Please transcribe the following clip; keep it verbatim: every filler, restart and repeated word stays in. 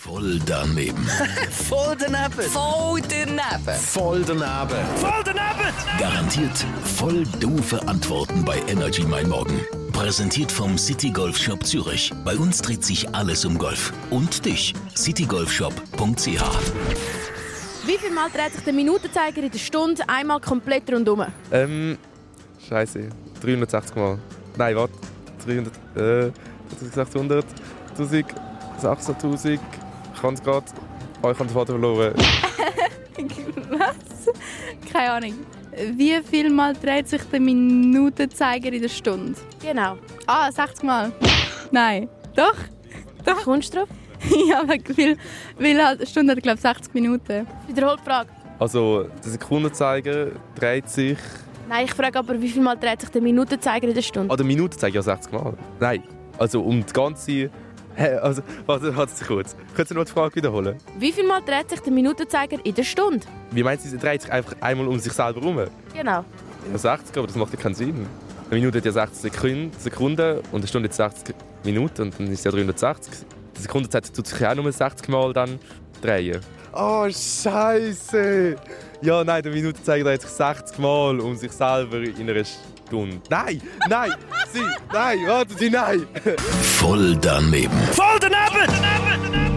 Voll daneben. Voll daneben. Voll daneben. Voll daneben. Voll daneben. Garantiert voll doofe Antworten bei Energy Mein Morgen. Präsentiert vom City Golf Shop Zürich. Bei uns dreht sich alles um Golf. Und dich. citygolfshop punkt c h. Wie viel Mal dreht sich der Minutenzeiger in der Stunde einmal komplett rundum? Ähm, Scheiße. dreihundertsechzig Mal. Nein, warte. dreihundert, äh, sechshundert, tausend, sechshunderttausend. Ich kann es gerade. Oh, ich habe den Vater verloren. Was? Keine Ahnung. Wie viel Mal dreht sich der Minutenzeiger in der Stunde? Genau. Ah, sechzig Mal. Nein. Doch? Doch. Kommst du drauf? Ja, aber weil, weil halt eine Stunde hat, glaube ich, sechzig Minuten. Wiederholt die Frage. Also, der Sekundenzeiger dreht sich. Nein, ich frage aber, wie viel Mal dreht sich der Minutenzeiger in der Stunde? Ah, der Minutenzeiger ja sechzig Mal. Nein. Also, um die ganze. Hä? Also, warte, warte kurz. Könntest du noch die Frage wiederholen? Wie viel Mal dreht sich der Minutenzeiger in der Stunde? Wie meint sie, er dreht sich einfach einmal um sich selber herum? Genau. Ja, sechzig, aber das macht ja keinen Sinn. Eine Minute hat ja sechzig Sekunden und eine Stunde hat sechzig Minuten und dann ist es ja dreihundertsechzig. Die Sekundenzeit tut sich ja auch nur sechzig Mal dann drehen. Oh, Scheiße! Ja, nein, der Minutenzeiger dreht sich sechzig Mal um sich selber in einer Stunde. Nein! Nein! Sie! Nein! Warte Sie! Nein! Voll daneben. Voll daneben.